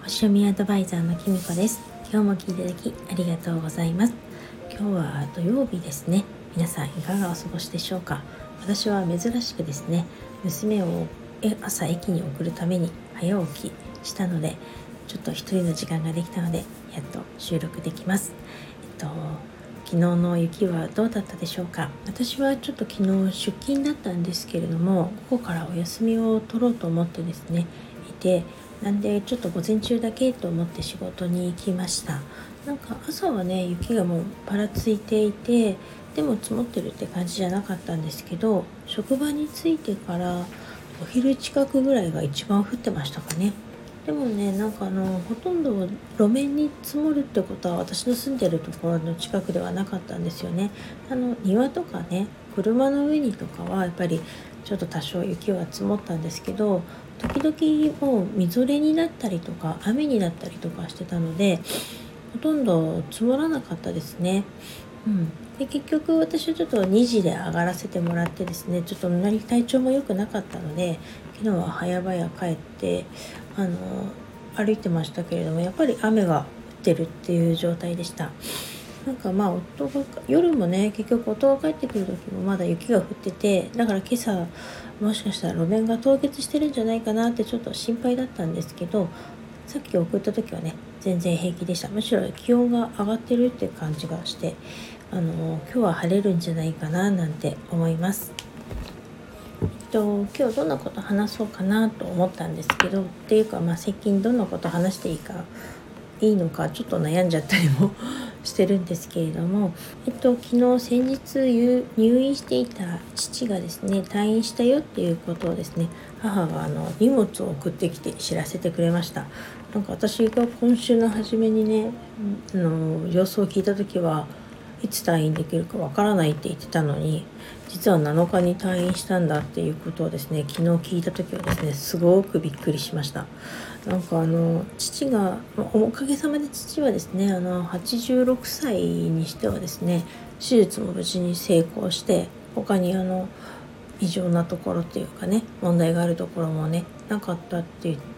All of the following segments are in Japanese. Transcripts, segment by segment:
星読みアドバイザーのきみこです。今日も聞いていただきありがとうございます。今日は土曜日ですね。皆さんいかがお過ごしでしょうか。私は珍しくですね、娘を朝駅に送るために早起きしたので、ちょっと一人の時間ができたのでやっと収録できます。昨日の雪はどうだったでしょうか。私はちょっと昨日出勤だったんですけれども、午後からお休みを取ろうと思ってですねいて、なんでちょっと午前中だけと思って仕事に行きました。なんか朝はね、雪がもうぱらついていて、でも積もってるって感じじゃなかったんですけど、職場に着いてからお昼近くぐらいが一番降ってましたかね。でもね、なんかほとんど路面に積もるってことは私の住んでるところの近くではなかったんですよね。庭とかね、車の上にとかはやっぱりちょっと多少雪は積もったんですけど、時々もうみぞれになったりとか雨になったりとかしてたので、ほとんど積もらなかったですね。で結局私はちょっと2時で上がらせてもらってですね、ちょっと体調も良くなかったので、昨日は早々帰って歩いてましたけれども、やっぱり雨が降ってるっていう状態でした。なんか夫が夜もね、結局夫が帰ってくる時もまだ雪が降ってて、だから今朝もしかしたら路面が凍結してるんじゃないかなってちょっと心配だったんですけど、さっき送った時はね全然平気でした。むしろ気温が上がってるって感じがして、今日は晴れるんじゃないかななんて思います。今日どんなこと話そうかなと思ったんですけど、っていうか最近どんなこと話していいのかちょっと悩んじゃったりもしてるんですけれども、昨日先日入院していた父がですね退院したよっていうことをですね、母が荷物を送ってきて知らせてくれました。なんか私が今週の初めにね様子を聞いた時はいつ退院できるかわからないって言ってたのに、実は7日に退院したんだっていうことをですね、昨日聞いた時はですねすごくびっくりしました。なんか父がおかげさまで父はですね86歳にしてはですね、手術も無事に成功して、他に異常なところっていうかね、問題があるところもねなかったって言って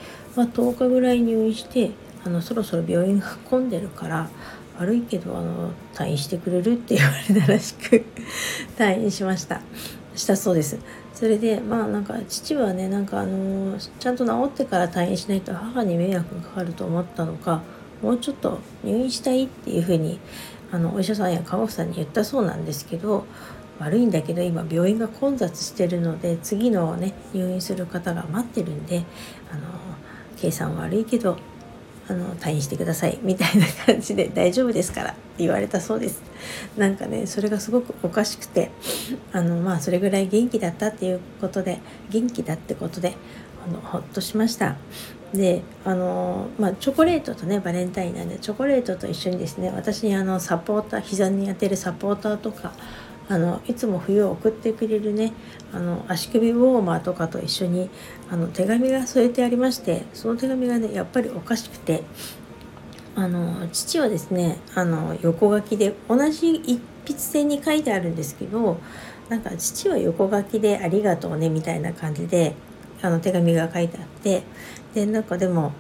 、10日ぐらい入院して、そろそろ病院が混んでるから悪いけど退院してくれるって言われたらしく退院したそうです。それでなんか父はね、ちゃんと治ってから退院しないと母に迷惑がかかると思ったのか、もうちょっと入院したいっていうふうにお医者さんや看護婦さんに言ったそうなんですけど、悪いんだけど今病院が混雑してるので次のね入院する方が待ってるんで、計算悪いけど退院してくださいみたいな感じで大丈夫ですからって言われたそうです。なんかね、それがすごくおかしくて、それぐらい元気だったっていうことで、元気だってことでほっとしました。でチョコレートとねバレンタインなんで、チョコレートと一緒にですね、私にサポーター、膝に当てるサポーターとか、いつも冬を送ってくれるね足首ウォーマーとかと一緒に手紙が添えてありまして、その手紙がねやっぱりおかしくて、父はですね横書きで同じ一筆線に書いてあるんですけど、なんか父は横書きでありがとうねみたいな感じで手紙が書いてあって、でなんかでも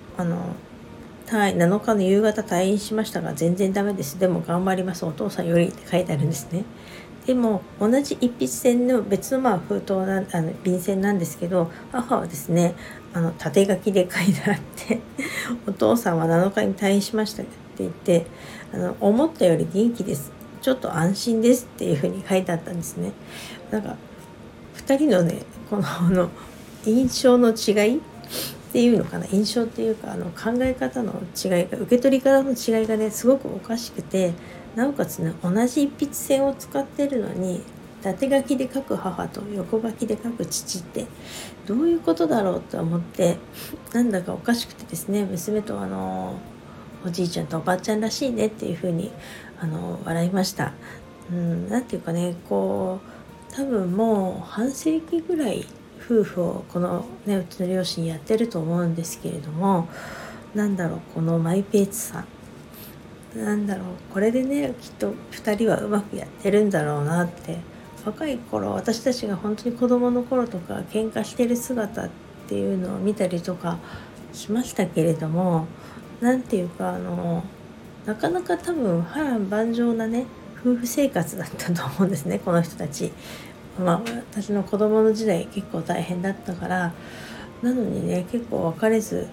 7日の夕方退院しましたが全然ダメです、でも頑張りますお父さんよりって書いてあるんですね。でも同じ一筆線の別の封筒便箋なんですけど、母はですね縦書きで書いてあってお父さんは7日に退院しましたって言って、思ったより元気です、ちょっと安心ですっていう風に書いてあったんですね。なんか2人のねこの印象の違いっていうのかな、印象っていうか考え方の違いが、受け取り方の違いがねすごくおかしくて、なおかつね同じ一筆線を使ってるのに縦書きで書く母と横書きで書く父ってどういうことだろうと思って、なんだかおかしくてですね、娘とおじいちゃんとおばあちゃんらしいねっていう風に笑いました。なんていうかね、多分もう半世紀ぐらい夫婦をこのねうちの両親やってると思うんですけれども、このマイペースさ、これでねきっと2人はうまくやってるんだろうなって。若い頃、私たちが本当に子供の頃とか喧嘩してる姿っていうのを見たりとかしましたけれども、なんていうかなかなか多分波乱万丈なね夫婦生活だったと思うんですね、この人たち。私の子供の時代結構大変だったから、なのにね結構別れず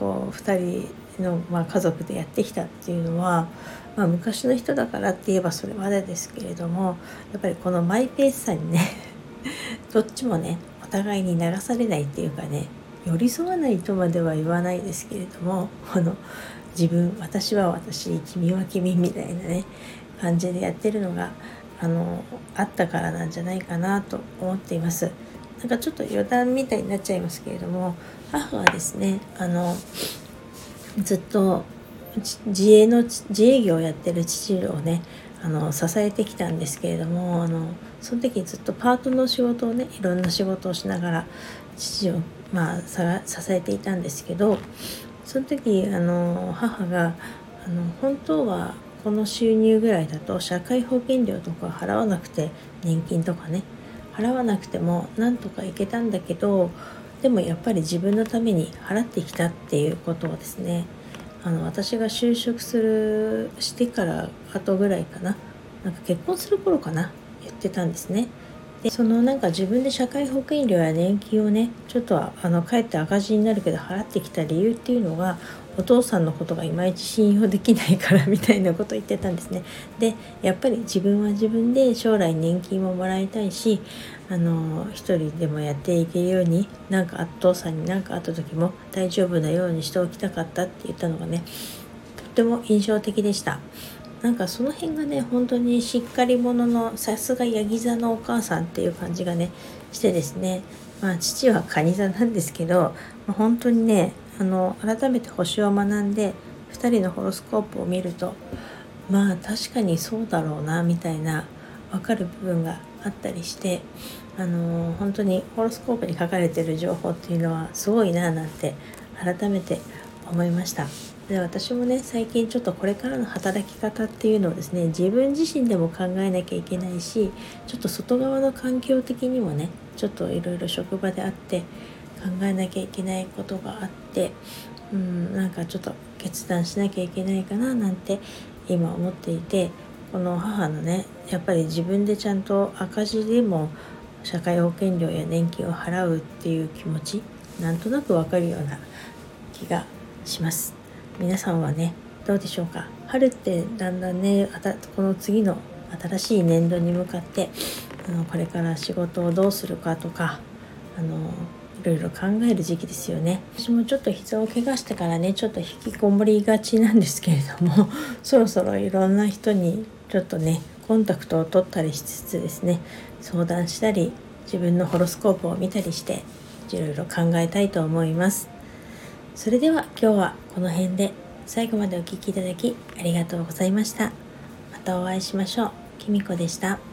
2人の、家族でやってきたっていうのは、昔の人だからって言えばそれまでですけれども、やっぱりこのマイペースさにねどっちもねお互いに流されないっていうかね、寄り添わないとまでは言わないですけれども、私は私、君は君みたいなね感じでやってるのがあったからなんじゃないかなと思っています。なんかちょっと余談みたいになっちゃいますけれども、母はですねずっと自営業をやってる父をね支えてきたんですけれども、その時ずっとパートの仕事をねいろんな仕事をしながら父を支えていたんですけど、その時母が本当はこの収入ぐらいだと社会保険料とか払わなくて、年金とかね払わなくてもなんとかいけたんだけど、でもやっぱり自分のために払ってきたっていうことをですね、私が就職してから後ぐらいかな、なんか結婚する頃かな言ってたんですね。でなんか自分で社会保険料や年金をねちょっとかえって赤字になるけど払ってきた理由っていうのが、お父さんのことがいまいち信用できないからみたいなことを言ってたんですね。でやっぱり自分は自分で将来年金ももらいたいし、一人でもやっていけるように、なんかお父さんに何かあった時も大丈夫なようにしておきたかったって言ったのがね、とっても印象的でした。なんかその辺がね本当にしっかり者の、さすがヤギ座のお母さんっていう感じがねしてですね、父は蟹座なんですけど、本当にね改めて星を学んで2人のホロスコープを見ると、確かにそうだろうなみたいな分かる部分があったりして、本当にホロスコープに書かれている情報っていうのはすごいななんて改めて思いました。で私もね最近ちょっとこれからの働き方っていうのをですね、自分自身でも考えなきゃいけないし、ちょっと外側の環境的にもねちょっといろいろ職場であって考えなきゃいけないことがあって、なんかちょっと決断しなきゃいけないかななんて今思っていて、この母のねやっぱり自分でちゃんと赤字でも社会保険料や年金を払うっていう気持ち、なんとなくわかるような気がします。皆さんはねどうでしょうか。春ってだんだんねこの次の新しい年度に向かってこれから仕事をどうするかとかいろいろ考える時期ですよね。私もちょっと膝を怪我してからねちょっと引きこもりがちなんですけれどもそろそろいろんな人にちょっとねコンタクトを取ったりしつつですね、相談したり自分のホロスコープを見たりしていろいろ考えたいと思います。それでは今日はこの辺で、最後までお聞きいただきありがとうございました。またお会いしましょう。きみこでした。